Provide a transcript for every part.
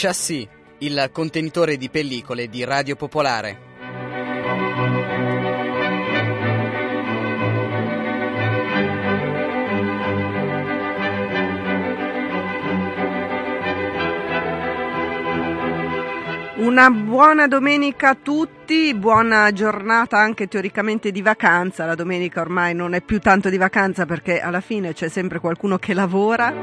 Chassis, il contenitore di pellicole di Radio Popolare. Una buona domenica a tutti, buona giornata anche teoricamente di vacanza. La domenica ormai non è più tanto di vacanza perché alla fine c'è sempre qualcuno che lavora.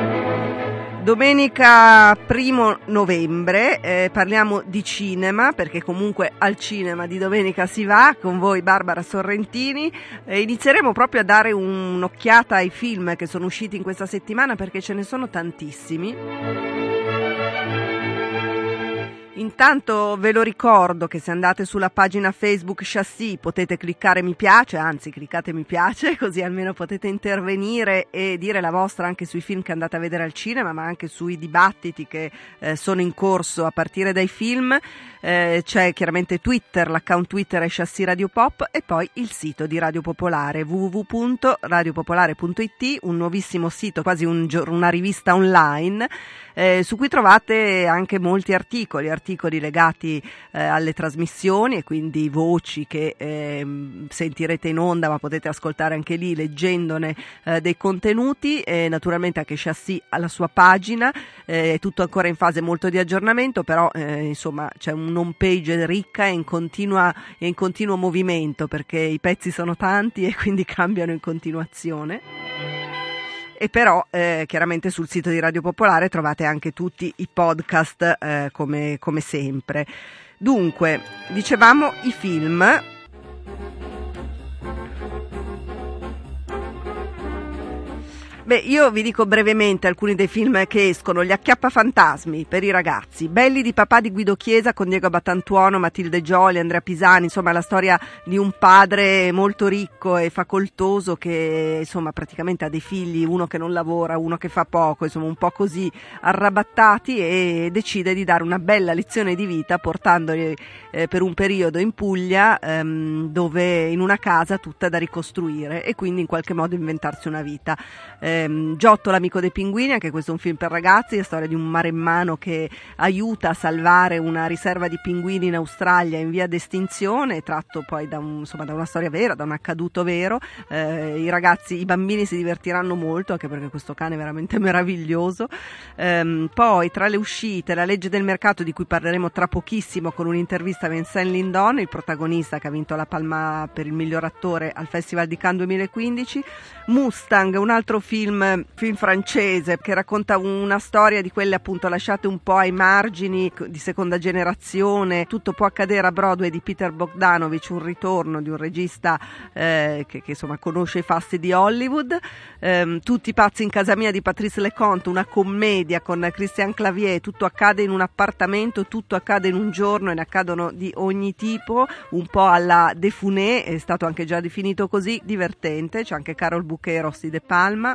Domenica 1 novembre parliamo di cinema, perché comunque al cinema di domenica si va, con voi Barbara Sorrentini. Inizieremo proprio a dare un'occhiata ai film che sono usciti in questa settimana, perché ce ne sono tantissimi. Intanto ve lo ricordo che se andate sulla pagina Facebook Chassis potete cliccare mi piace, anzi cliccate mi piace, così almeno potete intervenire e dire la vostra anche sui film che andate a vedere al cinema, ma anche sui dibattiti che sono in corso a partire dai film. C'è chiaramente Twitter, l'account Twitter è Chassis Radio Pop, e poi il sito di Radio Popolare www.radiopopolare.it, un nuovissimo sito, quasi una rivista online, su cui trovate anche molti articoli legati alle trasmissioni, e quindi voci che sentirete in onda, ma potete ascoltare anche lì leggendone dei contenuti. Naturalmente anche Chassis ha la sua pagina, è tutto ancora in fase molto di aggiornamento, però insomma c'è un home page ricca e in continuo movimento, perché i pezzi sono tanti e quindi cambiano in continuazione. E però chiaramente sul sito di Radio Popolare trovate anche tutti i podcast come sempre. Dunque, dicevamo i film. Beh, io vi dico brevemente alcuni dei film che escono. Gli Acchiappafantasmi per i ragazzi, Belli di papà di Guido Chiesa con Diego Battantuono, Matilde Gioli, Andrea Pisani, insomma la storia di un padre molto ricco e facoltoso che insomma praticamente ha dei figli, uno che non lavora, uno che fa poco, insomma un po' così arrabattati, e decide di dare una bella lezione di vita portandoli per un periodo in Puglia, dove in una casa tutta da ricostruire, e quindi in qualche modo inventarsi una vita. Giotto l'amico dei pinguini, anche questo è un film per ragazzi, la storia di un maremmano che aiuta a salvare una riserva di pinguini in Australia in via d'estinzione, tratto poi da una storia vera, da un accaduto vero. I bambini si divertiranno molto, anche perché questo cane è veramente meraviglioso. Poi tra le uscite La legge del mercato, di cui parleremo tra pochissimo con un'intervista a Vincent Lindon, il protagonista che ha vinto la Palma per il miglior attore al Festival di Cannes 2015. Mustang, un altro film francese che racconta una storia di quelle appunto lasciate un po' ai margini, di seconda generazione. Tutto può accadere a Broadway di Peter Bogdanovich, un ritorno di un regista che insomma conosce i fasti di Hollywood. Tutti pazzi in casa mia di Patrice Leconte, una commedia con Christian Clavier. Tutto accade in un appartamento, tutto accade in un giorno, e ne accadono di ogni tipo, un po' alla De Funès, è stato anche già definito così, divertente. C'è anche Carol Bouquet e Rossi De Palma.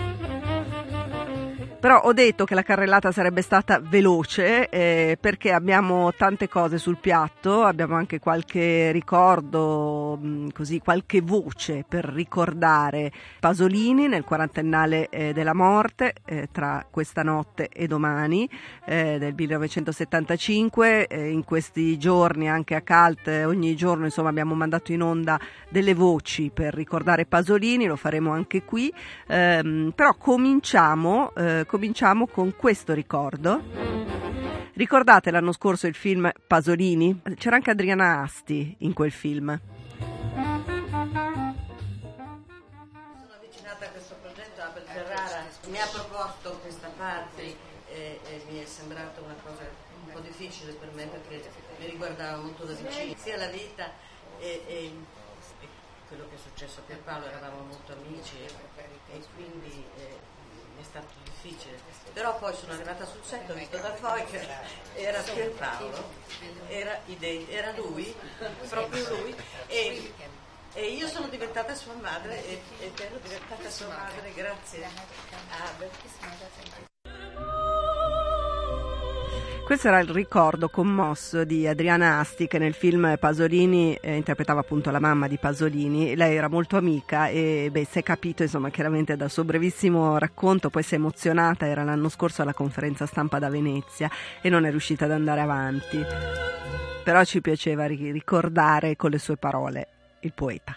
Però ho detto che la carrellata sarebbe stata veloce, perché abbiamo tante cose sul piatto, abbiamo anche qualche ricordo, così qualche voce per ricordare Pasolini nel quarantennale della morte, tra questa notte e domani, del 1975. In questi giorni anche a Cult ogni giorno insomma abbiamo mandato in onda delle voci per ricordare Pasolini, lo faremo anche qui, però cominciamo con questo ricordo. Ricordate l'anno scorso il film Pasolini? C'era anche Adriana Asti in quel film. Sono avvicinata a questo progetto. Abel Ferrara mi ha proposto questa parte e mi è sembrata una cosa un po' difficile per me, perché mi riguardava molto da vicino, sia la vita e quello che è successo a Pierpaolo. Eravamo molto amici e quindi è stato difficile, però poi sono arrivata sul set, ho visto da fuori che era Pierpaolo, era lui, proprio lui, e io sono diventata sua madre ed ero diventata sua madre grazie a Abel. Questo era il ricordo commosso di Adriana Asti, che nel film Pasolini interpretava appunto la mamma di Pasolini. Lei era molto amica e si è capito insomma chiaramente dal suo brevissimo racconto, poi si è emozionata, era l'anno scorso alla conferenza stampa da Venezia e non è riuscita ad andare avanti. Però ci piaceva ricordare con le sue parole il poeta.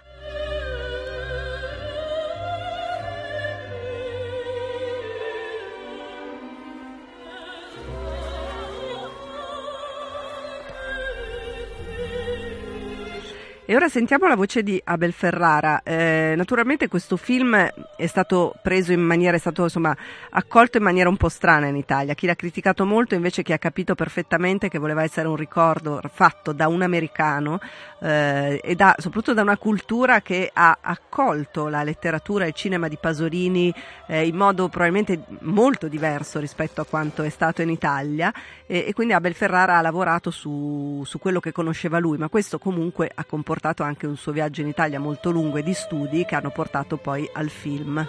E ora sentiamo la voce di Abel Ferrara. Naturalmente questo film è stato accolto in maniera un po' strana in Italia. Chi l'ha criticato molto invece chi ha capito perfettamente che voleva essere un ricordo fatto da un americano e soprattutto da una cultura che ha accolto la letteratura e il cinema di Pasolini in modo probabilmente molto diverso rispetto a quanto è stato in Italia e quindi Abel Ferrara ha lavorato su quello che conosceva lui, ma questo comunque ha comportato anche un suo viaggio in Italia molto lungo e di studi che hanno portato poi al film.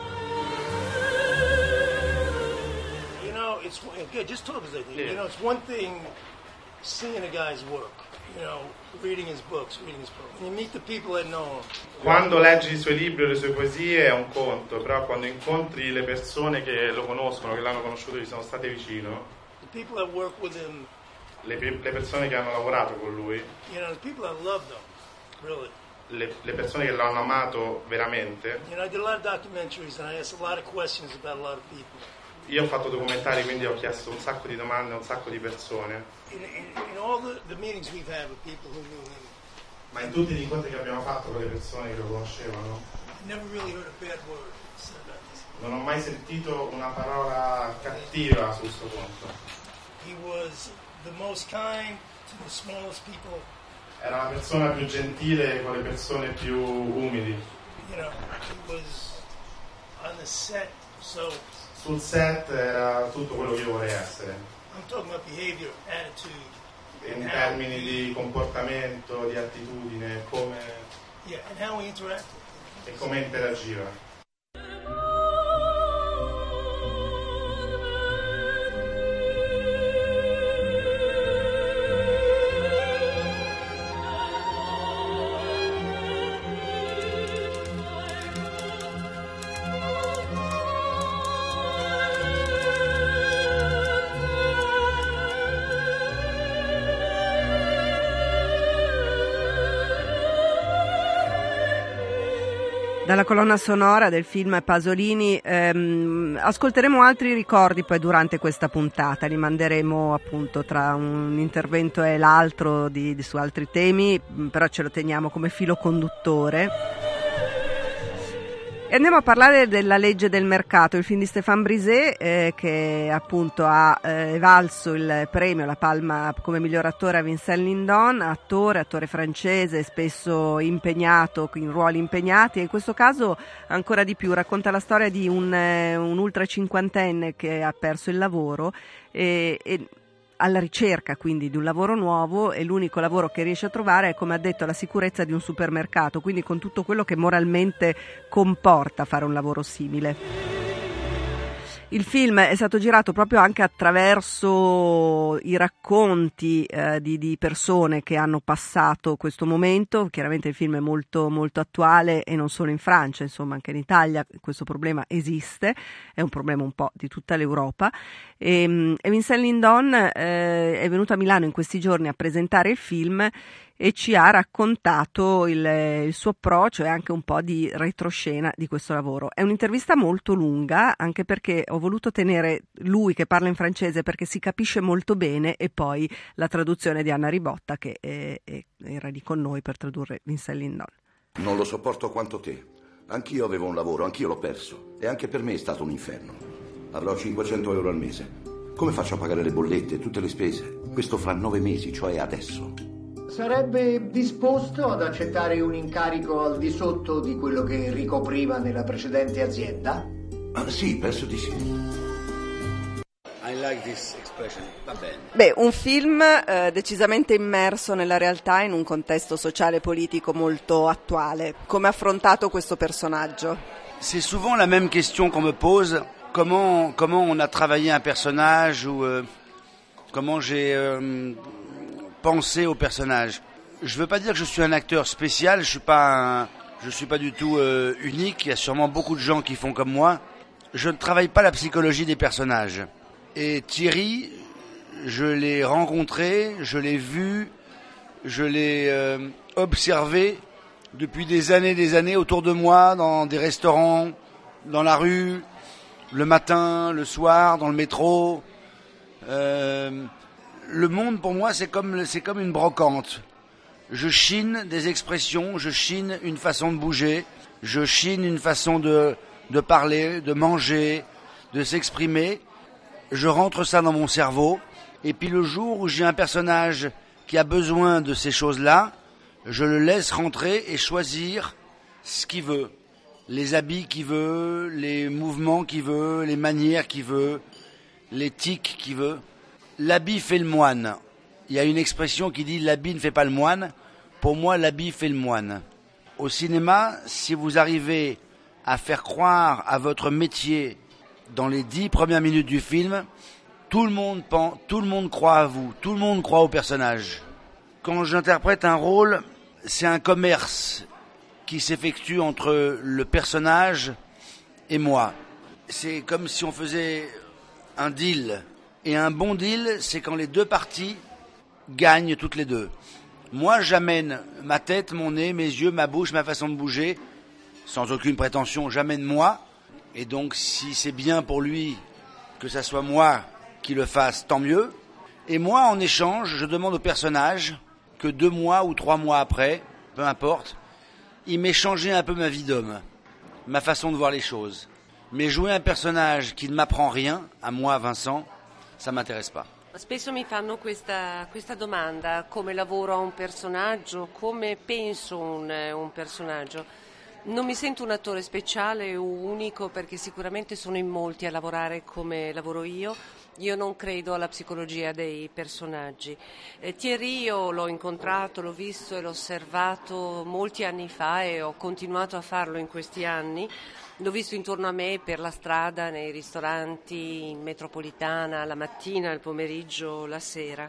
It's just talk as I think. It's one thing seeing a guy's work, reading his books, reading his poems. When you meet the people that know him. Quando leggi i suoi libri o le sue poesie è un conto, però quando incontri le persone che lo conoscono, che l'hanno conosciuto, gli sono state vicino, the people that work with him, le persone che hanno lavorato con lui, the people that loved him, really. Le persone che l'hanno amato veramente. I did a lot of documentaries and I asked a lot of questions about a lot of people. Io ho fatto documentari, quindi ho chiesto un sacco di domande a un sacco di persone. In all the meetings we've had with people who knew him. Ma in tutti gli incontri che abbiamo fatto con le persone che lo conoscevano, I never really heard a bad word said about this. Non ho mai sentito una parola cattiva sul suo conto. He was the most kind to the smallest people. Era la persona più gentile con le persone più umili. He was on the set, so sul set era tutto quello che io vorrei essere. I'm talking about behavior, attitude. In termini di comportamento, di attitudine, come and how we interacted. E come interagiva. Dalla colonna sonora del film Pasolini ascolteremo altri ricordi poi durante questa puntata, li manderemo appunto tra un intervento e l'altro su altri temi, però ce lo teniamo come filo conduttore. E andiamo a parlare della legge del mercato, il film di Stéphane Brisé che appunto ha evalso il premio, la palma come miglior attore a Vincent Lindon, attore francese, spesso impegnato in ruoli impegnati, e in questo caso ancora di più racconta la storia di un ultra cinquantenne che ha perso il lavoro e alla ricerca quindi di un lavoro nuovo, e l'unico lavoro che riesce a trovare è, come ha detto, la sicurezza di un supermercato, quindi con tutto quello che moralmente comporta fare un lavoro simile. Il film è stato girato proprio anche attraverso i racconti di persone che hanno passato questo momento. Chiaramente il film è molto, molto attuale, e non solo in Francia, insomma anche in Italia questo problema esiste, è un problema un po' di tutta l'Europa. E Vincent Lindon è venuto a Milano in questi giorni a presentare il film e ci ha raccontato il suo approccio e anche un po' di retroscena di questo lavoro. È un'intervista molto lunga, anche perché ho voluto tenere lui che parla in francese perché si capisce molto bene, e poi la traduzione di Anna Ribotta che era lì con noi per tradurre Vincent Lindon. Non lo sopporto quanto te. Anch'io avevo un lavoro, anch'io l'ho perso, e anche per me è stato un inferno. Avrò 500 euro al mese. Come faccio a pagare le bollette e tutte le spese? Questo fra 9 mesi, cioè adesso. Sarebbe disposto ad accettare un incarico al di sotto di quello che ricopriva nella precedente azienda? Sì, penso di sì. I like this expression. Va bene. Beh, un film decisamente immerso nella realtà in un contesto sociale e politico molto attuale. Come ha affrontato questo personaggio? C'est souvent la même question qu'on me pose. Comment on a travaillé un personnage où comment j'ai pensé au personnage. Je veux pas dire que je suis un acteur spécial, je suis pas du tout unique, il y a sûrement beaucoup de gens qui font comme moi. Je ne travaille pas la psychologie des personnages. Et Thierry, je l'ai rencontré, je l'ai vu, je l'ai observé depuis des années autour de moi, dans des restaurants, dans la rue, le matin, le soir, dans le métro. Le monde pour moi c'est comme une brocante. Je chine des expressions, je chine une façon de bouger, je chine une façon de parler, de manger, de s'exprimer. Je rentre ça dans mon cerveau. Et puis le jour où j'ai un personnage qui a besoin de ces choses-là, je le laisse rentrer et choisir ce qu'il veut. Les habits qu'il veut, les mouvements qu'il veut, les manières qu'il veut, les tics qu'il veut. L'habit fait le moine. Il y a une expression qui dit « l'habit ne fait pas le moine ». Pour moi, l'habit fait le moine. Au cinéma, si vous arrivez à faire croire à votre métier dans les 10 premières minutes du film, tout le monde croit à vous, tout le monde croit au personnage. Quand j'interprète un rôle, c'est un commerce qui s'effectue entre le personnage et moi. C'est comme si on faisait un deal. Et un bon deal, c'est quand les deux parties gagnent toutes les deux. Moi, j'amène ma tête, mon nez, mes yeux, ma bouche, ma façon de bouger, sans aucune prétention, j'amène moi. Et donc, si c'est bien pour lui que ça soit moi qui le fasse, tant mieux. Et moi, en échange, je demande au personnage que 2 mois ou 3 mois après, peu importe, il m'ait changé un peu ma vie d'homme, ma façon de voir les choses. Mais jouer un personnage qui ne m'apprend rien, à moi, Vincent, ça m'intéresse pas. Spesso mi fanno questa domanda, come lavoro a un personaggio, come penso un personaggio. Non mi sento un attore speciale o unico perché sicuramente sono in molti a lavorare come lavoro io. Io non credo alla psicologia dei personaggi. Thierry io l'ho incontrato, l'ho visto e l'ho osservato molti anni fa e ho continuato a farlo in questi anni. L'ho visto intorno a me per la strada, nei ristoranti, in metropolitana, la mattina, il pomeriggio, la sera.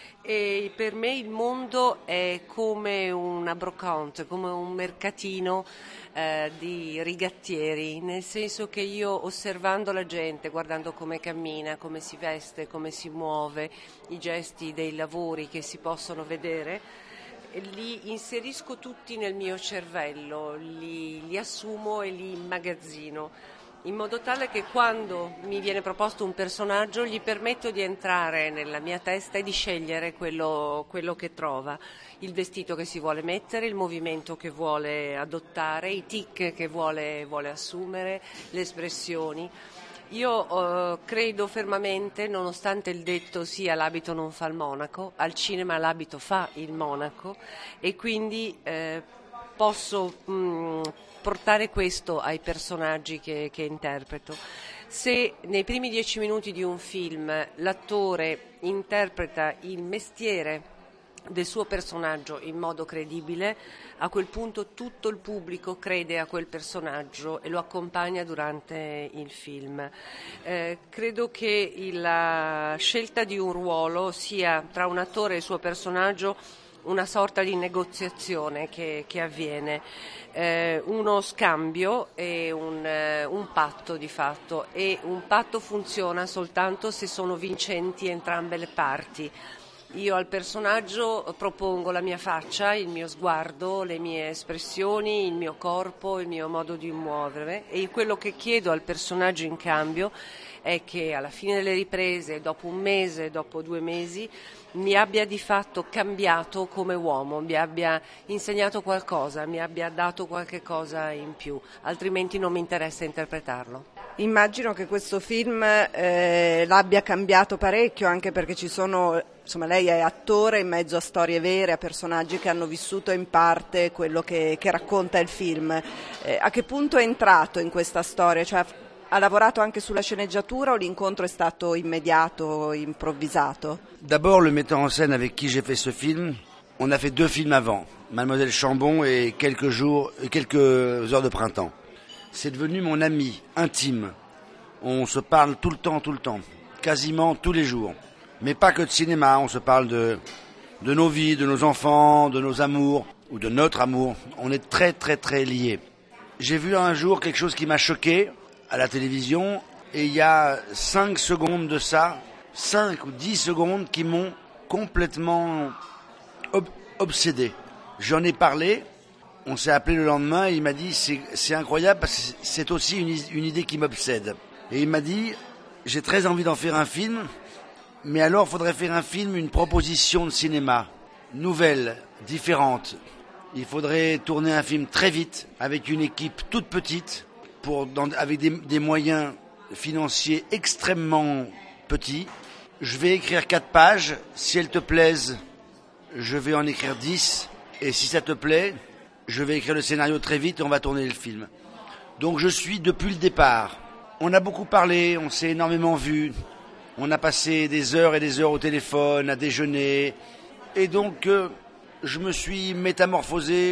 E per me il mondo è come una brocante, come un mercatino di rigattieri, nel senso che io osservando la gente, guardando come cammina, come si veste, come si muove, i gesti dei lavori che si possono vedere, li inserisco tutti nel mio cervello, li assumo e li immagazzino, in modo tale che quando mi viene proposto un personaggio gli permetto di entrare nella mia testa e di scegliere quello che trova, il vestito che si vuole mettere, il movimento che vuole adottare, i tic che vuole assumere, le espressioni. Io credo fermamente, nonostante il detto sia l'abito non fa il monaco, al cinema l'abito fa il monaco e quindi posso portare questo ai personaggi che interpreto. Se nei primi 10 minuti di un film l'attore interpreta il mestiere del suo personaggio in modo credibile, a quel punto tutto il pubblico crede a quel personaggio e lo accompagna durante il film. Credo che la scelta di un ruolo sia tra un attore e il suo personaggio una sorta di negoziazione che avviene, uno scambio e un patto di fatto, e un patto funziona soltanto se sono vincenti entrambe le parti. Io al personaggio propongo la mia faccia, il mio sguardo, le mie espressioni, il mio corpo, il mio modo di muovermi, e quello che chiedo al personaggio in cambio è che alla fine delle riprese, dopo 1 mese, dopo 2 mesi, mi abbia di fatto cambiato come uomo, mi abbia insegnato qualcosa, mi abbia dato qualche cosa in più, altrimenti non mi interessa interpretarlo. Immagino che questo film l'abbia cambiato parecchio, anche perché ci sono, insomma, lei è attore in mezzo a storie vere, a personaggi che hanno vissuto in parte quello che racconta il film. A che punto è entrato in questa storia? Cioè, ha lavorato anche sulla sceneggiatura o l'incontro è stato immediato, improvvisato? D'abord, le metteur en scène avec qui j'ai fait ce film, on a fait 2 films avant, Mademoiselle Chambon et quelques heures de printemps. C'est devenu mon ami intime. On se parle tout le temps, quasiment tous les jours. mais pas que de cinéma. On se parle de nos vies, de nos enfants, de nos amours, ou de notre amour. On est très très très liés. J'ai vu un jour quelque chose qui m'a choqué à la télévision, et il y a 5 secondes de ça, 5 ou 10 secondes qui m'ont complètement obsédé. J'en ai parlé, on s'est appelé le lendemain, et il m'a dit c'est incroyable parce que c'est aussi une idée qui m'obsède. Et il m'a dit j'ai très envie d'en faire un film, mais alors il faudrait faire un film, une proposition de cinéma, nouvelle, différente. Il faudrait tourner un film très vite, avec une équipe toute petite, avec des moyens financiers extrêmement petits. Je vais écrire 4 pages, si elles te plaisent, je vais en écrire 10, et si ça te plaît, je vais écrire le scénario très vite et on va tourner le film. Donc je suis depuis le départ. On a beaucoup parlé, on s'est énormément vu, on a passé des heures et des heures au téléphone, à déjeuner, et donc je me suis métamorphosé,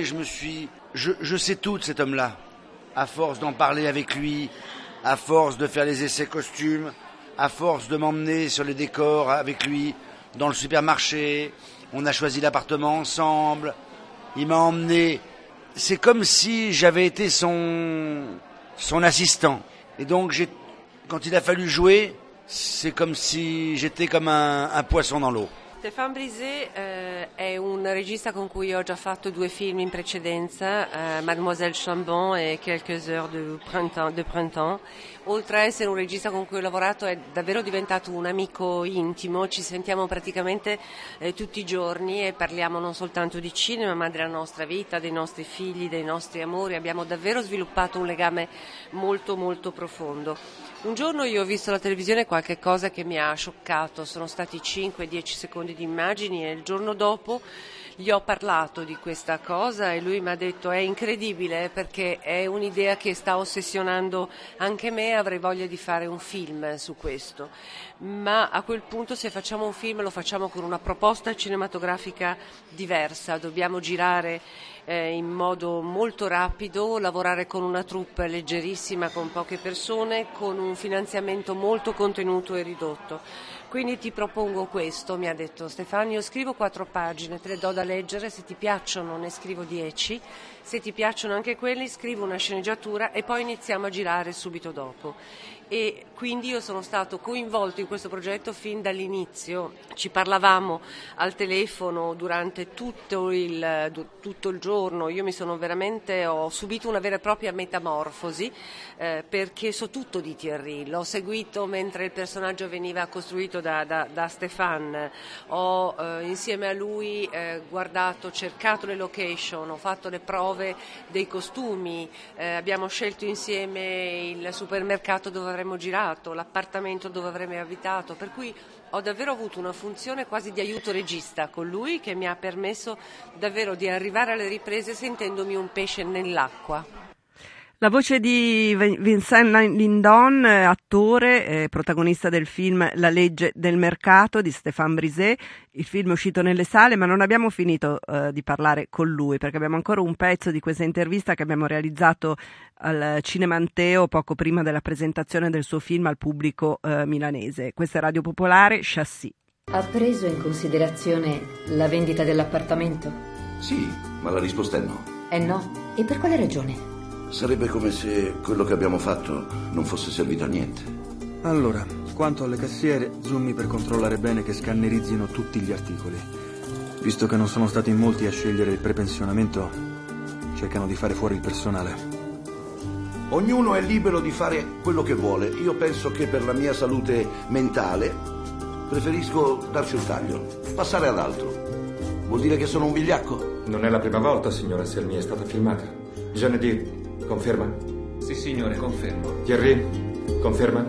je sais tout de cet homme-là, à force d'en parler avec lui, à force de faire les essais costumes, à force de m'emmener sur les décors avec lui, dans le supermarché, on a choisi l'appartement ensemble, il m'a emmené, c'est comme si j'avais été son assistant. Et donc quand il a fallu jouer, c'est comme si j'étais comme un poisson dans l'eau. Stéphane Brisé è un regista con cui ho già fatto 2 film in precedenza, Mademoiselle Chambon e Quelques heures de printemps. Oltre a essere un regista con cui ho lavorato, è davvero diventato un amico intimo, ci sentiamo praticamente tutti i giorni e parliamo non soltanto di cinema ma della nostra vita, dei nostri figli, dei nostri amori. Abbiamo davvero sviluppato un legame molto molto profondo. Un giorno io ho visto alla televisione qualche cosa che mi ha scioccato, sono stati 5-10 secondi di immagini e il giorno dopo gli ho parlato di questa cosa e lui mi ha detto è incredibile perché è un'idea che sta ossessionando anche me, avrei voglia di fare un film su questo, ma a quel punto se facciamo un film lo facciamo con una proposta cinematografica diversa, dobbiamo girare in modo molto rapido, lavorare con una troupe leggerissima, con poche persone, con un finanziamento molto contenuto e ridotto. Quindi ti propongo questo, mi ha detto Stefano, io scrivo 4 pagine, te le do da leggere, se ti piacciono ne scrivo 10, se ti piacciono anche quelli scrivo una sceneggiatura e poi iniziamo a girare subito dopo. E quindi io sono stato coinvolto in questo progetto fin dall'inizio, ci parlavamo al telefono durante tutto il giorno, io ho subito una vera e propria metamorfosi perché so tutto di Thierry, l'ho seguito mentre il personaggio veniva costruito da Stéphane, ho insieme a lui guardato, cercato le location, ho fatto le prove dei costumi, abbiamo scelto insieme il supermercato dove avremmo girato, l'appartamento dove avremmo abitato, per cui ho davvero avuto una funzione quasi di aiuto regista con lui che mi ha permesso davvero di arrivare alle riprese sentendomi un pesce nell'acqua. La voce di Vincent Lindon, attore, protagonista del film La legge del mercato di Stéphane Brisé. Il film è uscito nelle sale, ma non abbiamo finito di parlare con lui perché abbiamo ancora un pezzo di questa intervista che abbiamo realizzato al Cinema Anteo poco prima della presentazione del suo film al pubblico milanese. Questa è Radio Popolare, Chassis. Ha preso in considerazione la vendita dell'appartamento? Sì, ma la risposta è no. Eh no? E per quale ragione? Sarebbe come se quello che abbiamo fatto non fosse servito a niente. Allora, quanto alle cassiere, zoommi per controllare bene che scannerizzino tutti gli articoli. Visto che non sono stati in molti a scegliere il prepensionamento, cercano di fare fuori il personale. Ognuno è libero di fare quello che vuole. Io penso che per la mia salute mentale preferisco darci un taglio, passare ad altro. Vuol dire che sono un vigliacco? Non è la prima volta, signora Selmy, è stata filmata. Jeanne D. Conferma? Sì, signore, confermo. Thierry, conferma?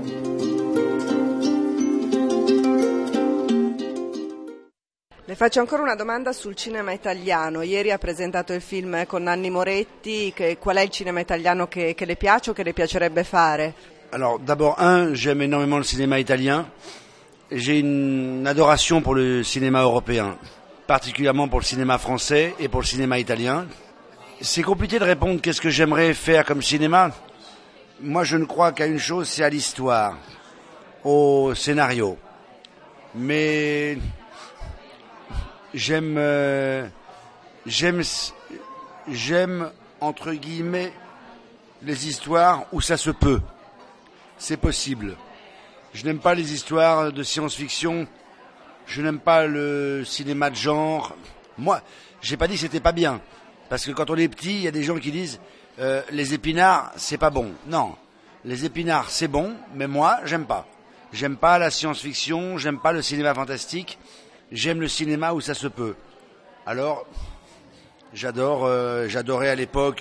Le faccio ancora una domanda sul cinema italiano. Ieri ha presentato il film con Nanni Moretti. Qual è il cinema italiano che le piace o che le piacerebbe fare? Alors, d'abord, j'aime énormément le cinéma italien. J'ai une adoration pour le cinéma européen, particulièrement pour le cinéma français et pour le cinéma italien. C'est compliqué de répondre qu'est-ce que j'aimerais faire comme cinéma. Moi, je ne crois qu'à une chose, c'est à l'histoire, au scénario. mais j'aime entre guillemets les histoires où ça se peut, c'est possible. Je n'aime pas les histoires de science-fiction, je n'aime pas le cinéma de genre. Moi, j'ai pas dit que c'était pas bien, parce que quand on est petit, il y a des gens qui disent les épinards, c'est pas bon. Non, les épinards, c'est bon, mais moi, j'aime pas. J'aime pas la science-fiction, j'aime pas le cinéma fantastique, j'aime le cinéma où ça se peut. Alors, j'adorais à l'époque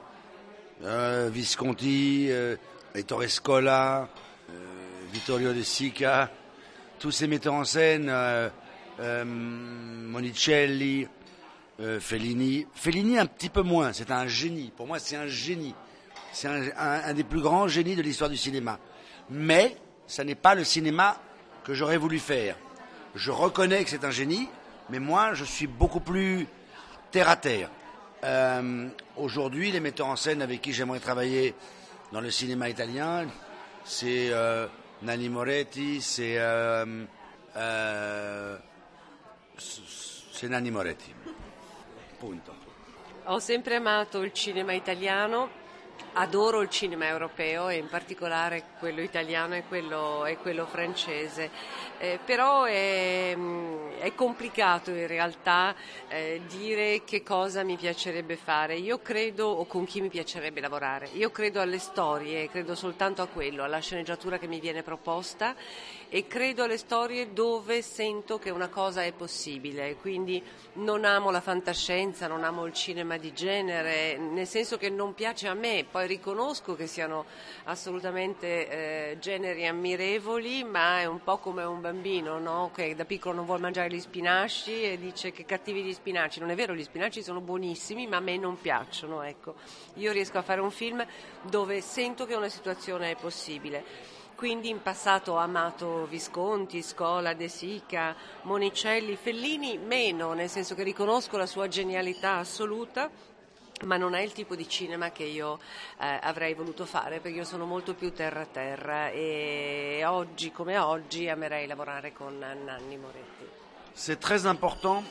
Visconti, Ettore Scola, Vittorio De Sica, tous ces metteurs en scène, Monicelli, Fellini. Fellini un petit peu moins, c'est un génie. Pour moi, c'est un génie. C'est un des plus grands génies de l'histoire du cinéma. Mais ça n'est pas le cinéma que j'aurais voulu faire. Je reconnais que c'est un génie, mais moi, je suis beaucoup plus terre à terre. Aujourd'hui, les metteurs en scène avec qui j'aimerais travailler dans le cinéma italien, c'est Nanni Moretti, c'est Nanni Moretti. Punto. Ho sempre amato il cinema italiano, adoro il cinema europeo e in particolare quello italiano e quello francese, però è complicato in realtà dire che cosa mi piacerebbe fare. Io credo, o con chi mi piacerebbe lavorare, io credo alle storie, credo soltanto a quello, alla sceneggiatura che mi viene proposta, e credo alle storie dove sento che una cosa è possibile, quindi non amo la fantascienza, non amo il cinema di genere, nel senso che non piace a me. Poi riconosco che siano assolutamente generi ammirevoli, ma è un po' come un bambino, no? Che da piccolo non vuole mangiare gli spinaci e dice che cattivi gli spinaci. Non è vero, gli spinaci sono buonissimi, ma a me non piacciono, ecco. Io riesco a fare un film dove sento che una situazione è possibile. Quindi in passato ho amato Visconti, Scola, De Sica, Monicelli, Fellini meno, nel senso che riconosco la sua genialità assoluta, ma non è il tipo di cinema che io avrei voluto fare, perché io sono molto più terra a terra e oggi come oggi amerei lavorare con Nanni Moretti. C'est très important.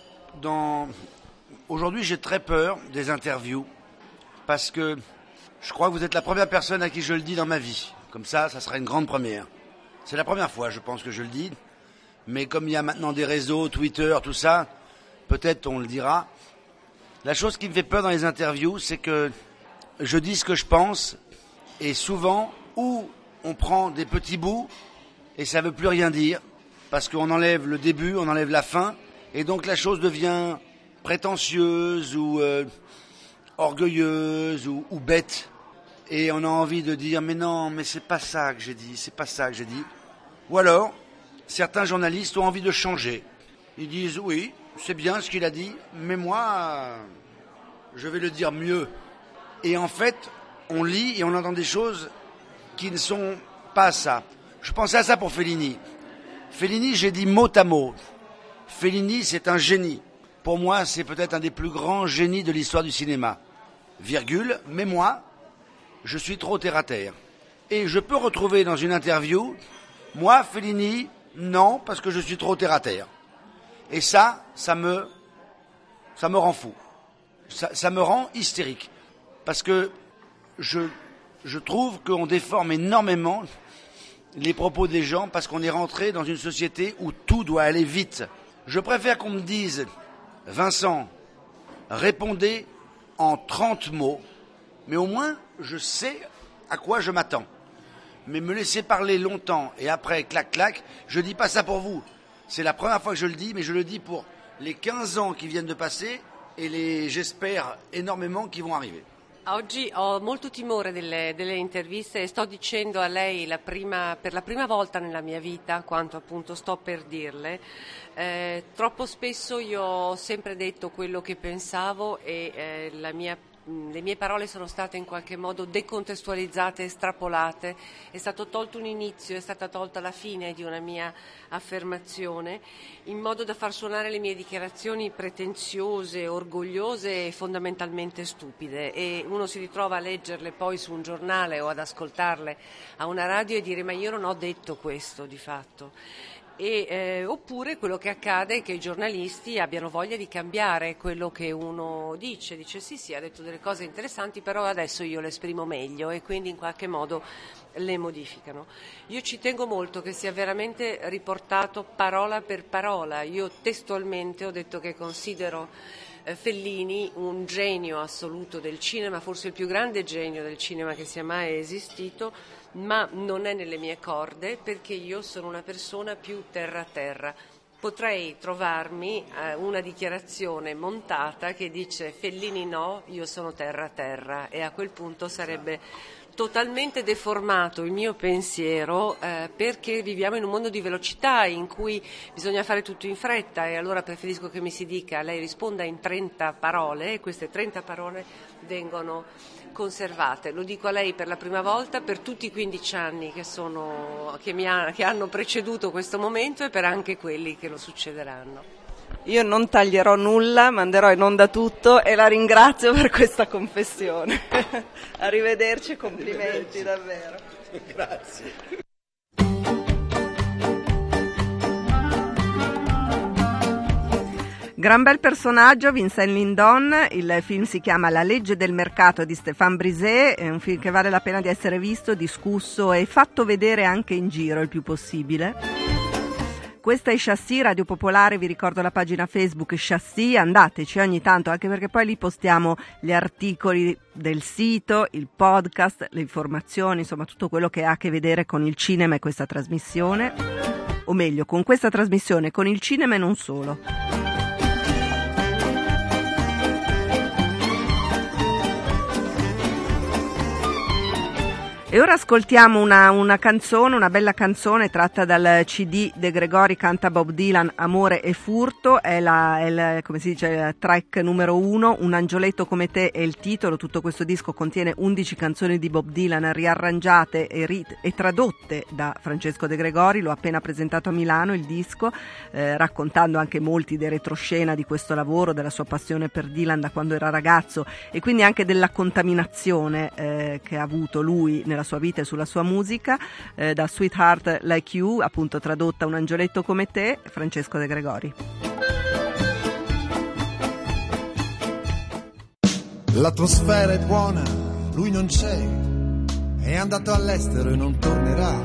Aujourd'hui, j'ai très peur des interviews parce que je crois que vous êtes la première personne à qui je le dis dans ma vie. Comme ça sera une grande première. C'est la première fois, je pense, que je le dis. Mais comme il y a maintenant des réseaux, Twitter, tout ça, peut-être on le dira. La chose qui me fait peur dans les interviews, c'est que je dis ce que je pense, et souvent, ou on prend des petits bouts, et ça ne veut plus rien dire, parce qu'on enlève le début, on enlève la fin, et donc la chose devient prétentieuse, ou orgueilleuse, ou bête. Et on a envie de dire, mais non, mais c'est pas ça que j'ai dit, c'est pas ça que j'ai dit. Ou alors, certains journalistes ont envie de changer. Ils disent, oui, c'est bien ce qu'il a dit, mais moi, je vais le dire mieux. Et en fait, on lit et on entend des choses qui ne sont pas ça. Je pensais à ça pour Fellini. Fellini, j'ai dit mot à mot. Fellini, c'est un génie. Pour moi, c'est peut-être un des plus grands génies de l'histoire du cinéma. Virgule, mais moi, je suis trop terre à terre. Et je peux retrouver dans une interview, moi, Fellini, non, parce que je suis trop terre à terre. Et ça me rend fou. Ça me rend hystérique. Parce que je trouve qu'on déforme énormément les propos des gens parce qu'on est rentré dans une société où tout doit aller vite. Je préfère qu'on me dise, Vincent, répondez en 30 mots, mais au moins, je sais à quoi je m'attends. Mais me laisser parler longtemps et après, clac, clac, je dis pas ça pour vous. C'est la première fois que je le dis, mais je le dis pour les 15 ans qui viennent de passer et les, j'espère, énormément qui vont arriver. Oggi ho molto timore delle interviste e sto dicendo a lei per la prima volta nella mia vita quanto appunto sto per dirle. Troppo spesso io ho sempre detto quello che pensavo e le mie parole sono state in qualche modo decontestualizzate, estrapolate, è stato tolto un inizio, è stata tolta la fine di una mia affermazione, in modo da far suonare le mie dichiarazioni pretenziose, orgogliose e fondamentalmente stupide, e uno si ritrova a leggerle poi su un giornale o ad ascoltarle a una radio e dire ma io non ho detto questo di fatto. Oppure quello che accade è che i giornalisti abbiano voglia di cambiare quello che uno dice sì, ha detto delle cose interessanti, però adesso io le esprimo meglio, e quindi in qualche modo le modificano. Io ci tengo molto che sia veramente riportato parola per parola. Io testualmente ho detto che considero Fellini un genio assoluto del cinema, forse il più grande genio del cinema che sia mai esistito, ma non è nelle mie corde, perché io sono una persona più terra-terra. Potrei trovarmi una dichiarazione montata che dice Fellini no, io sono terra-terra, e a quel punto sarebbe totalmente deformato il mio pensiero, perché viviamo in un mondo di velocità in cui bisogna fare tutto in fretta, e allora preferisco che mi si dica lei risponda in 30 parole, e queste 30 parole vengono conservate. Lo dico a lei per la prima volta, per tutti i 15 anni che hanno preceduto questo momento, e per anche quelli che lo succederanno. Io non taglierò nulla, manderò in onda tutto, e la ringrazio per questa confessione. Arrivederci, complimenti davvero. Grazie. Gran bel personaggio, Vincent Lindon. Il film si chiama La legge del mercato di Stéphane Brisé, è un film che vale la pena di essere visto, discusso e fatto vedere anche in giro il più possibile. Questa è Chassis, Radio Popolare, vi ricordo la pagina Facebook Chassis, andateci ogni tanto, anche perché poi lì postiamo gli articoli del sito, il podcast, le informazioni, insomma tutto quello che ha a che vedere con il cinema e questa trasmissione, o meglio con questa trasmissione, con il cinema e non solo. E ora ascoltiamo una canzone, una bella canzone tratta dal CD De Gregori canta Bob Dylan, Amore e furto, è come si dice, il track numero 1, Un angioletto come te è il titolo. Tutto questo disco contiene 11 canzoni di Bob Dylan riarrangiate e tradotte da Francesco De Gregori, l'ho appena presentato a Milano il disco, raccontando anche molti dei retroscena di questo lavoro, della sua passione per Dylan da quando era ragazzo, e quindi anche della contaminazione che ha avuto lui nella sua vita e sulla sua musica, da Sweetheart Like You, appunto tradotta Un angioletto come te, Francesco De Gregori. L'atmosfera è buona, lui non c'è, è andato all'estero e non tornerà.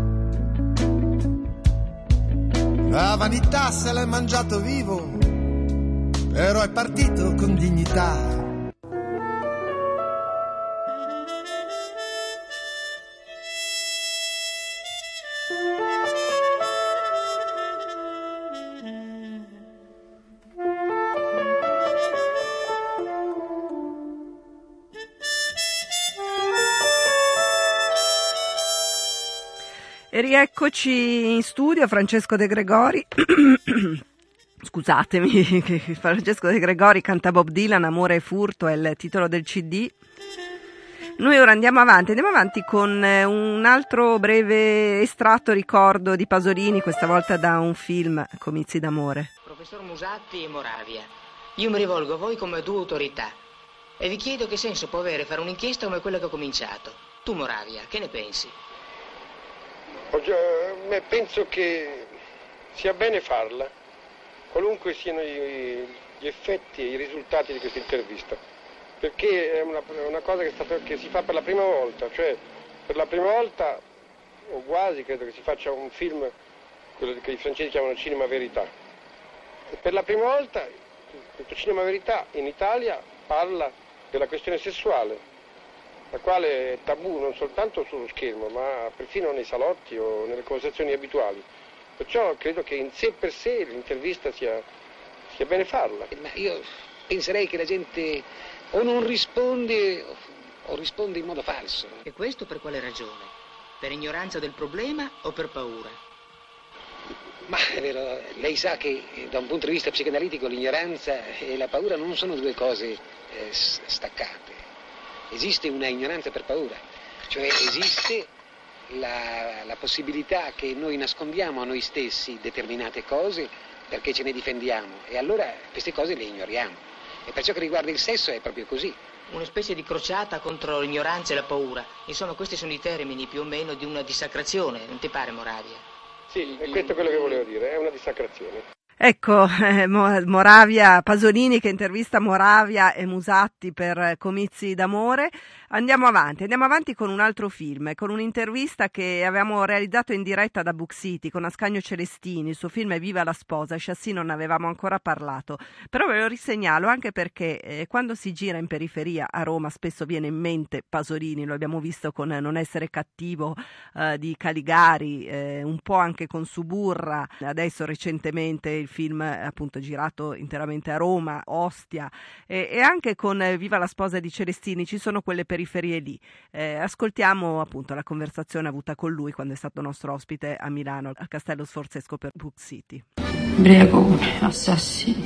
La vanità se l'è mangiato vivo, però è partito con dignità. E rieccoci in studio, Francesco De Gregori. Scusatemi, Francesco De Gregori canta Bob Dylan, Amore e furto è il titolo del CD. Noi ora andiamo avanti con un altro breve estratto, ricordo di Pasolini, questa volta da un film, Comizi d'amore. Professor Musatti e Moravia, io mi rivolgo a voi come due autorità e vi chiedo che senso può avere fare un'inchiesta come quella che ho cominciato. Tu, Moravia, che ne pensi? Penso che sia bene farla, qualunque siano gli effetti e i risultati di questa intervista, perché è una cosa che si fa per la prima volta, cioè per la prima volta, o quasi, credo che si faccia un film, quello che i francesi chiamano cinema verità. E per la prima volta questo cinema verità in Italia parla della questione sessuale, la quale è tabù non soltanto sullo schermo, ma perfino nei salotti o nelle conversazioni abituali. Perciò credo che in sé per sé l'intervista sia bene farla. Ma io penserei che la gente o non risponde o risponde in modo falso. E questo per quale ragione? Per ignoranza del problema o per paura? Ma è vero, lei sa che da un punto di vista psicoanalitico l'ignoranza e la paura non sono due cose staccate. Esiste una ignoranza per paura, cioè esiste la possibilità che noi nascondiamo a noi stessi determinate cose perché ce ne difendiamo e allora queste cose le ignoriamo. E per ciò che riguarda il sesso è proprio così. Una specie di crociata contro l'ignoranza e la paura. Insomma, questi sono i termini più o meno di una dissacrazione, non ti pare, Moravia? Sì, è questo quello che volevo dire, è una dissacrazione. Ecco, Moravia, Pasolini che intervista Moravia e Musatti per Comizi d'amore. Andiamo avanti con un altro film, con un'intervista che avevamo realizzato in diretta da Book City con Ascanio Celestini. Il suo film è Viva la sposa, Chassis non ne avevamo ancora parlato, però ve lo risegnalo anche perché quando si gira in periferia a Roma spesso viene in mente Pasolini, lo abbiamo visto con Non essere cattivo di Caligari, un po' anche con Suburra, adesso recentemente il film appunto girato interamente a Roma, Ostia, e anche con Viva la sposa di Celestini ci sono quelle periferie lì. Ascoltiamo appunto la conversazione avuta con lui quando è stato nostro ospite a Milano al Castello Sforzesco per Book City. Briagone, assassino,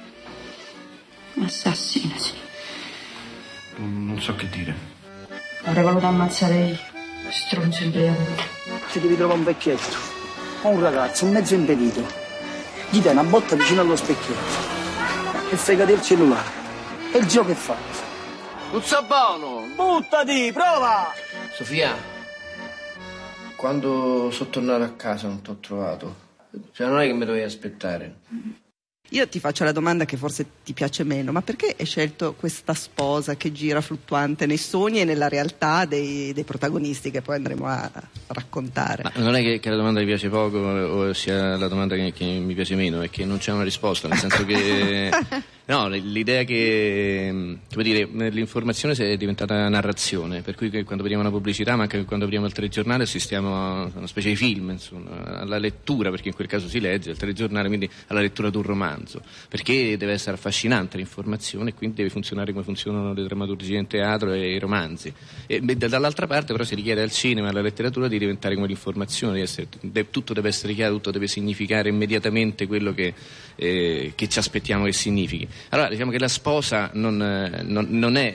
sì. Non so che dire. Avrei voluto ammazzare io, stronzo imbriagone. Ti devi trovare un vecchietto o un ragazzo, un mezzo impedito. Gli dai una botta vicino allo specchietto e fregati il cellulare. E il gioco è fatto. Non so buono! Buttati, prova! Sofia, quando sono tornato a casa non t'ho trovato. Cioè non è che mi dovevi aspettare. Io ti faccio la domanda che forse ti piace meno, ma perché hai scelto questa sposa che gira fluttuante nei sogni e nella realtà dei protagonisti che poi andremo a raccontare? Ma non è che la domanda mi piace poco o sia la domanda che mi piace meno, è che non c'è una risposta, nel senso che... No, l'idea che, come dire, l'informazione è diventata narrazione, per cui quando vediamo una pubblicità, ma anche quando vediamo il telegiornale, assistiamo a una specie di film, insomma, alla lettura, perché in quel caso si legge, il telegiornale, quindi alla lettura di un romanzo, perché deve essere affascinante l'informazione e quindi deve funzionare come funzionano le drammaturgie in teatro e i romanzi. E dall'altra parte però si richiede al cinema e alla letteratura di diventare come l'informazione, tutto deve essere chiaro, tutto deve significare immediatamente quello che ci aspettiamo che significhi. Allora diciamo che la sposa non è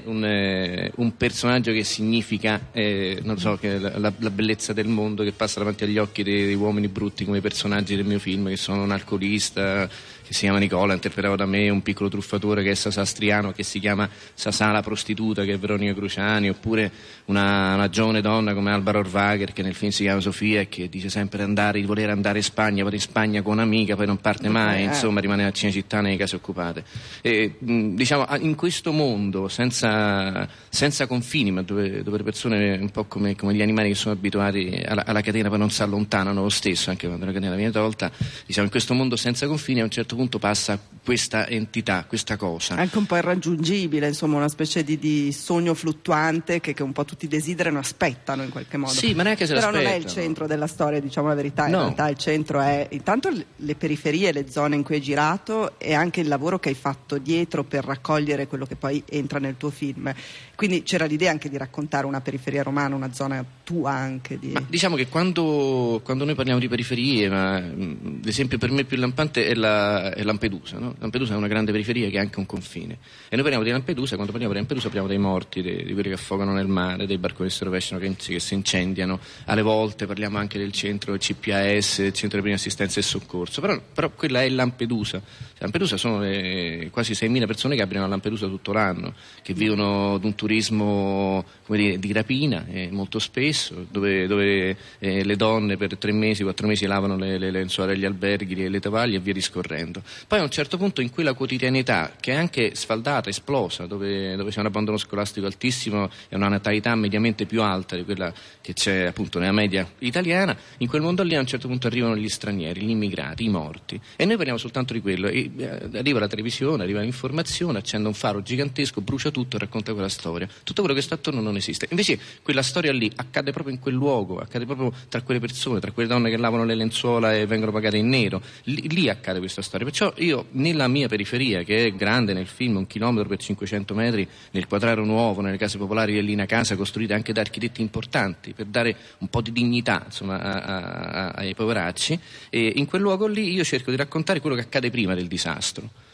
un personaggio che significa non so, che la bellezza del mondo che passa davanti agli occhi dei uomini brutti come i personaggi del mio film, che sono un alcolista che si chiama Nicola, interpretato da me, un piccolo truffatore che è Sasà Striano, che si chiama Sasà la prostituta, che è Veronica Cruciani, oppure una giovane donna come Alba Rohrwacher, che nel film si chiama Sofia e che dice sempre di voler andare in Spagna, va in Spagna con un'amica, poi non parte mai, insomma rimane a Cinecittà nelle case occupate. E, diciamo, in questo mondo senza confini, ma dove le persone un po' come gli animali che sono abituati alla catena poi non si allontanano lo stesso, anche quando la catena viene tolta, diciamo, in questo mondo senza confini a un certo punto passa questa entità, questa cosa. Anche un po' irraggiungibile, insomma, una specie di sogno fluttuante che un po' tutti desiderano, aspettano in qualche modo. Sì, ma neanche se però l'aspettano. Non è il centro della storia, diciamo la verità, in No. realtà il centro è intanto le periferie, le zone in cui hai girato e anche il lavoro che hai fatto dietro per raccogliere quello che poi entra nel tuo film. Quindi c'era l'idea anche di raccontare una periferia romana, una zona tua anche di... Ma diciamo che quando noi parliamo di periferie, l'esempio per me più lampante è Lampedusa, no? Lampedusa è una grande periferia che è anche un confine. E noi parliamo di Lampedusa, quando parliamo di Lampedusa parliamo dei morti, di quelli che affogano nel mare, dei barconi che si rovesciano, che si incendiano. Alle volte parliamo anche del centro CPAS, il centro di prima assistenza e soccorso. Però quella è Lampedusa. Lampedusa sono quasi 6.000 persone che abitano a Lampedusa tutto l'anno, che vivono d'un turismo, come dire, di rapina, molto spesso, dove le donne per 3 mesi, 4 mesi lavano le lenzuola degli alberghi e le tovaglie e via discorrendo. Poi a un certo punto in quella quotidianità, che è anche sfaldata, esplosa, dove c'è un abbandono scolastico altissimo e una natalità mediamente più alta di quella che c'è appunto nella media italiana, in quel mondo lì a un certo punto arrivano gli stranieri, gli immigrati, i morti. E noi parliamo soltanto di quello. Arriva la televisione, arriva l'informazione, accende un faro gigantesco, brucia tutto e racconta quella storia. Tutto quello che sta attorno non esiste. Invece quella storia lì accade proprio in quel luogo, accade proprio tra quelle persone, tra quelle donne che lavano le lenzuola e vengono pagate in nero. Lì accade questa storia. Perciò io, nella mia periferia, che è grande nel film, 1 chilometro per 500 metri, nel Quadraro Nuovo, nelle case popolari dell'Ina Casa, costruite anche da architetti importanti, per dare un po' di dignità, insomma, ai poveracci, e in quel luogo lì io cerco di raccontare quello che accade prima del disastro.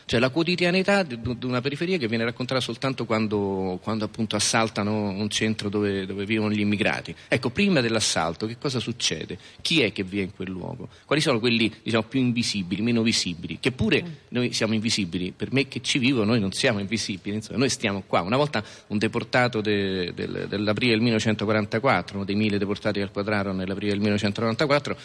cioè la quotidianità di una periferia che viene raccontata soltanto quando appunto assaltano un centro dove vivono gli immigrati. Ecco, prima dell'assalto che cosa succede? Chi è che vive in quel luogo? Quali sono quelli, diciamo, più invisibili, meno visibili? Che pure noi siamo invisibili, per me che ci vivo noi non siamo invisibili, insomma, noi stiamo qua. Una volta un deportato dell'aprile del 1944, uno dei 1000 deportati che quadrarono nell'aprile del 1944,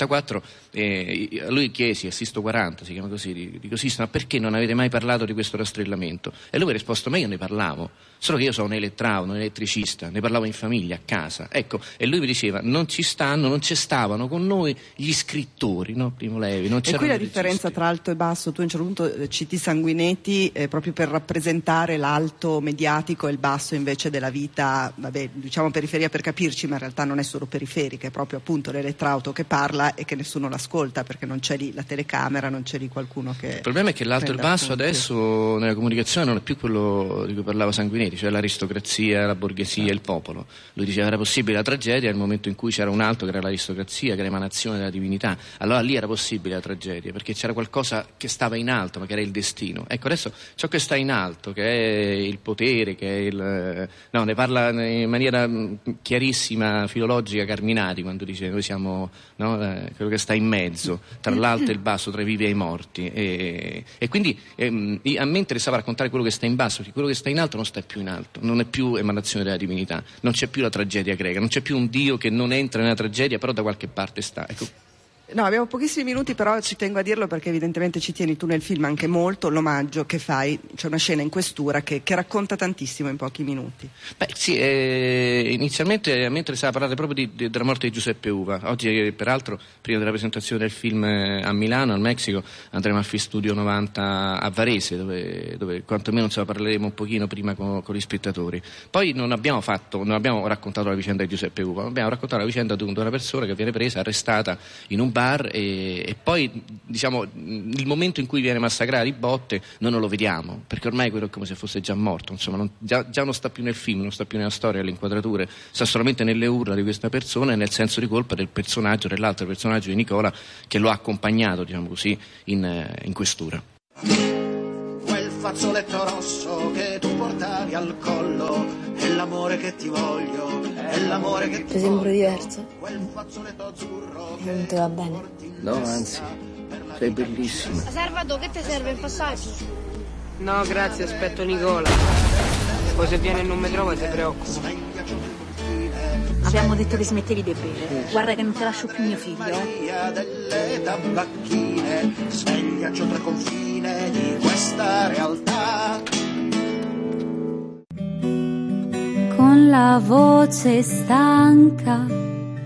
a lui chiesi, Assisto 40, si chiama così, dico Sisto, ma perché non avete mai parlato di questo rastrellamento? E lui mi ha risposto, ma io ne parlavo, solo che io sono un elettrauno, un elettricista, ne parlavo in famiglia, a casa, ecco, e lui mi diceva, non ci stavano con noi gli scrittori, no? Primo Levi, non c'erano. E qui la differenza tra alto e basso, tu a un certo punto citi Sanguinetti proprio per rappresentare l'alto mediatico e il basso invece della vita, vabbè, diciamo periferia per capirci, ma in realtà non è solo periferica, è proprio appunto l'elettrauto che parla e che nessuno l'ascolta perché non c'è lì la telecamera, non c'è lì qualcuno che... Il problema è che l'alto e il basso adesso nella comunicazione non è più quello di cui parlava Sanguinetti, cioè l'aristocrazia, la borghesia, il popolo. Lui diceva era possibile la tragedia nel momento in cui c'era un alto che era l'aristocrazia, che era emanazione della divinità. Allora lì era possibile la tragedia, perché c'era qualcosa che stava in alto, ma che era il destino. Ecco, adesso ciò che sta in alto, che è il potere, che è ne parla in maniera chiarissima, filologica, Carminati, quando dice noi siamo quello che sta in mezzo, tra l'alto e il basso, tra i vivi e i morti. E quindi a me interessava raccontare quello che sta in basso, perché quello che sta in alto non sta più in alto, non è più emanazione della divinità, non c'è più la tragedia greca, non c'è più un Dio che non entra nella tragedia, però da qualche parte sta. Ecco. No, abbiamo pochissimi minuti, però ci tengo a dirlo perché evidentemente ci tieni tu nel film anche molto, l'omaggio che fai, c'è una scena in questura che racconta tantissimo in pochi minuti. Beh sì, inizialmente a me interessava parlare proprio della morte di Giuseppe Uva. Oggi peraltro, prima della presentazione del film a Milano, al Messico, andremo al Film Studio 90 a Varese, dove quantomeno parleremo un pochino prima con gli spettatori. Poi non abbiamo raccontato la vicenda di Giuseppe Uva, abbiamo raccontato la vicenda di una persona che viene presa, arrestata in un bar e poi diciamo il momento in cui viene massacrato di botte noi non lo vediamo perché ormai quello è come se fosse già morto, insomma già non sta più nel film, non sta più nella storia, alle inquadrature, sta solamente nelle urla di questa persona e nel senso di colpa dell'altro personaggio di Nicola che lo ha accompagnato, diciamo così, in questura. Quel fazzoletto rosso che tu portavi al collo è l'amore che ti voglio, è l'amore che ti Ti sembro diverso? Quel fazzoletto azzurro Non ti va bene? No, anzi, sei bellissimo. Salvato, che ti serve il passaggio? No, grazie, aspetto Nicola. Poi se viene e non mi trova si preoccupa. Abbiamo detto che smettevi di bere. Guarda che non ti lascio più mio figlio. delle tabacchine, svegliaci oltre confine di questa realtà. Con la voce stanca.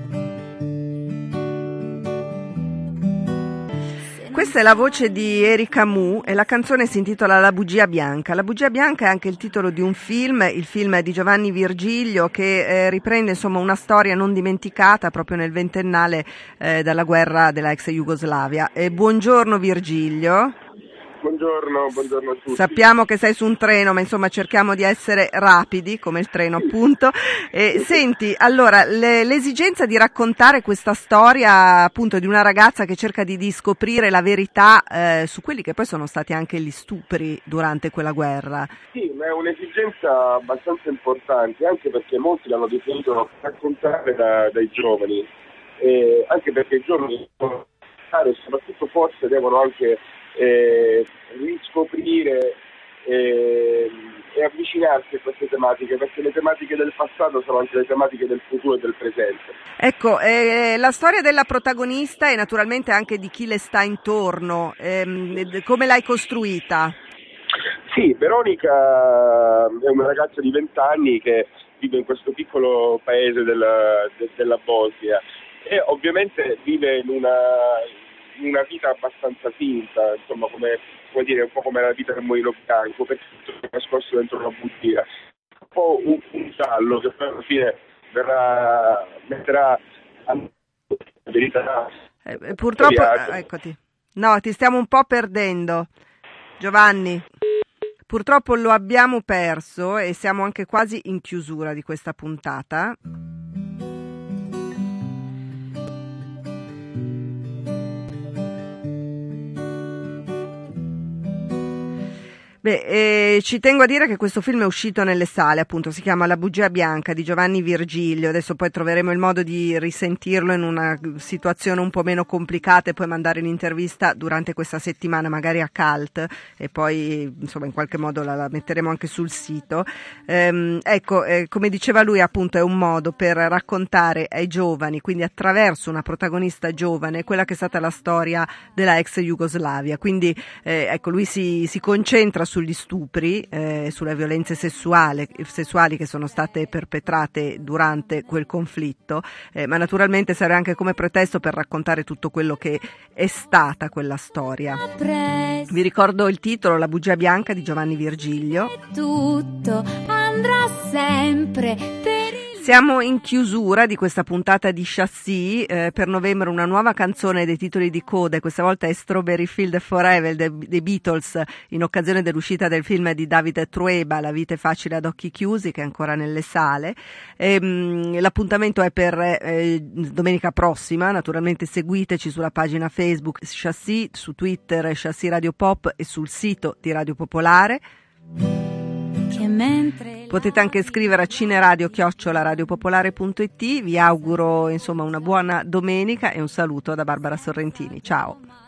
Questa è la voce di Erika Mu e la canzone si intitola La bugia bianca. La bugia bianca è anche il titolo di un film, il film di Giovanni Virgilio, che riprende insomma una storia non dimenticata proprio nel ventennale dalla guerra della ex Jugoslavia. Buongiorno Virgilio. Buongiorno a tutti. Sappiamo che sei su un treno, ma insomma cerchiamo di essere rapidi, come il treno appunto. Senti, allora, l'esigenza di raccontare questa storia appunto di una ragazza che cerca di scoprire la verità su quelli che poi sono stati anche gli stupri durante quella guerra. Sì, ma è un'esigenza abbastanza importante, anche perché molti l'hanno definito raccontare dai giovani, anche perché i giovani devono e soprattutto forse devono anche riscoprire e avvicinarsi a queste tematiche, perché le tematiche del passato sono anche le tematiche del futuro e del presente. Ecco, la storia della protagonista e naturalmente anche di chi le sta intorno, come l'hai costruita? Sì, Veronica è una ragazza di 20 anni che vive in questo piccolo paese della Bosnia e ovviamente vive in una vita abbastanza finta, insomma, come dire, un po' come la vita del mulino bianco, perché tutto è nascosto dentro una bugia. Un po' un giallo che poi alla fine metterà a verità. Purtroppo, eccoti. No, ti stiamo un po' perdendo. Giovanni, purtroppo lo abbiamo perso e siamo anche quasi in chiusura di questa puntata. Ci tengo a dire che questo film è uscito nelle sale, appunto, si chiama La bugia bianca di Giovanni Virgilio. Adesso poi troveremo il modo di risentirlo in una situazione un po' meno complicata e poi mandare l'intervista durante questa settimana magari a Cult e poi insomma in qualche modo la metteremo anche sul sito. Come diceva lui, appunto, è un modo per raccontare ai giovani, quindi attraverso una protagonista giovane, quella che è stata la storia della ex Jugoslavia. Quindi lui si concentra sugli stupri, sulle violenze sessuali che sono state perpetrate durante quel conflitto, ma naturalmente serve anche come pretesto per raccontare tutto quello che è stata quella storia. Vi ricordo il titolo, La bugia bianca di Giovanni Virgilio. Tutto andrà sempre per Siamo in chiusura di questa puntata di Chassis. Per novembre una nuova canzone dei titoli di coda, questa volta è Strawberry Field Forever dei Beatles, in occasione dell'uscita del film di David Trueba, La vita è facile ad occhi chiusi, che è ancora nelle sale. L'appuntamento è per domenica prossima, naturalmente seguiteci sulla pagina Facebook Chassis, su Twitter Chassis Radio Pop e sul sito di Radio Popolare. Potete anche scrivere a cineradio@radiopopolare.it. Vi auguro insomma una buona domenica e un saluto da Barbara Sorrentini. Ciao.